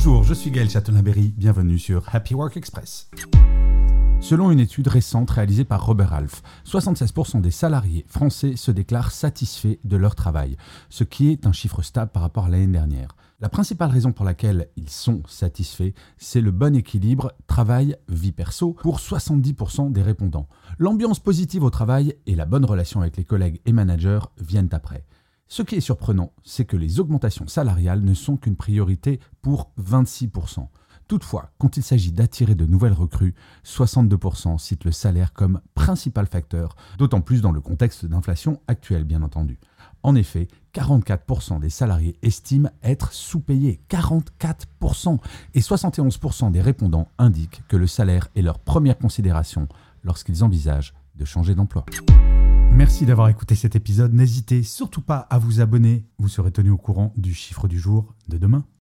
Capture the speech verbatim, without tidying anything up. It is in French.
Bonjour, je suis Gaël Chatonaberry, bienvenue sur Happy Work Express. Selon une étude récente réalisée par Robert Half, soixante-seize pour cent des salariés français se déclarent satisfaits de leur travail, ce qui est un chiffre stable par rapport à l'année dernière. La principale raison pour laquelle ils sont satisfaits, c'est le bon équilibre travail-vie perso pour soixante-dix pour cent des répondants. L'ambiance positive au travail et la bonne relation avec les collègues et managers viennent après. Ce qui est surprenant, c'est que les augmentations salariales ne sont qu'une priorité pour vingt-six pour cent. Toutefois, quand il s'agit d'attirer de nouvelles recrues, soixante-deux pour cent citent le salaire comme principal facteur, d'autant plus dans le contexte d'inflation actuel bien entendu. En effet, quarante-quatre pour cent des salariés estiment être sous-payés, quarante-quatre pour cent, et soixante et onze pour cent des répondants indiquent que le salaire est leur première considération lorsqu'ils envisagent de changer d'emploi. Merci d'avoir écouté cet épisode, n'hésitez surtout pas à vous abonner, vous serez tenu au courant du chiffre du jour de demain.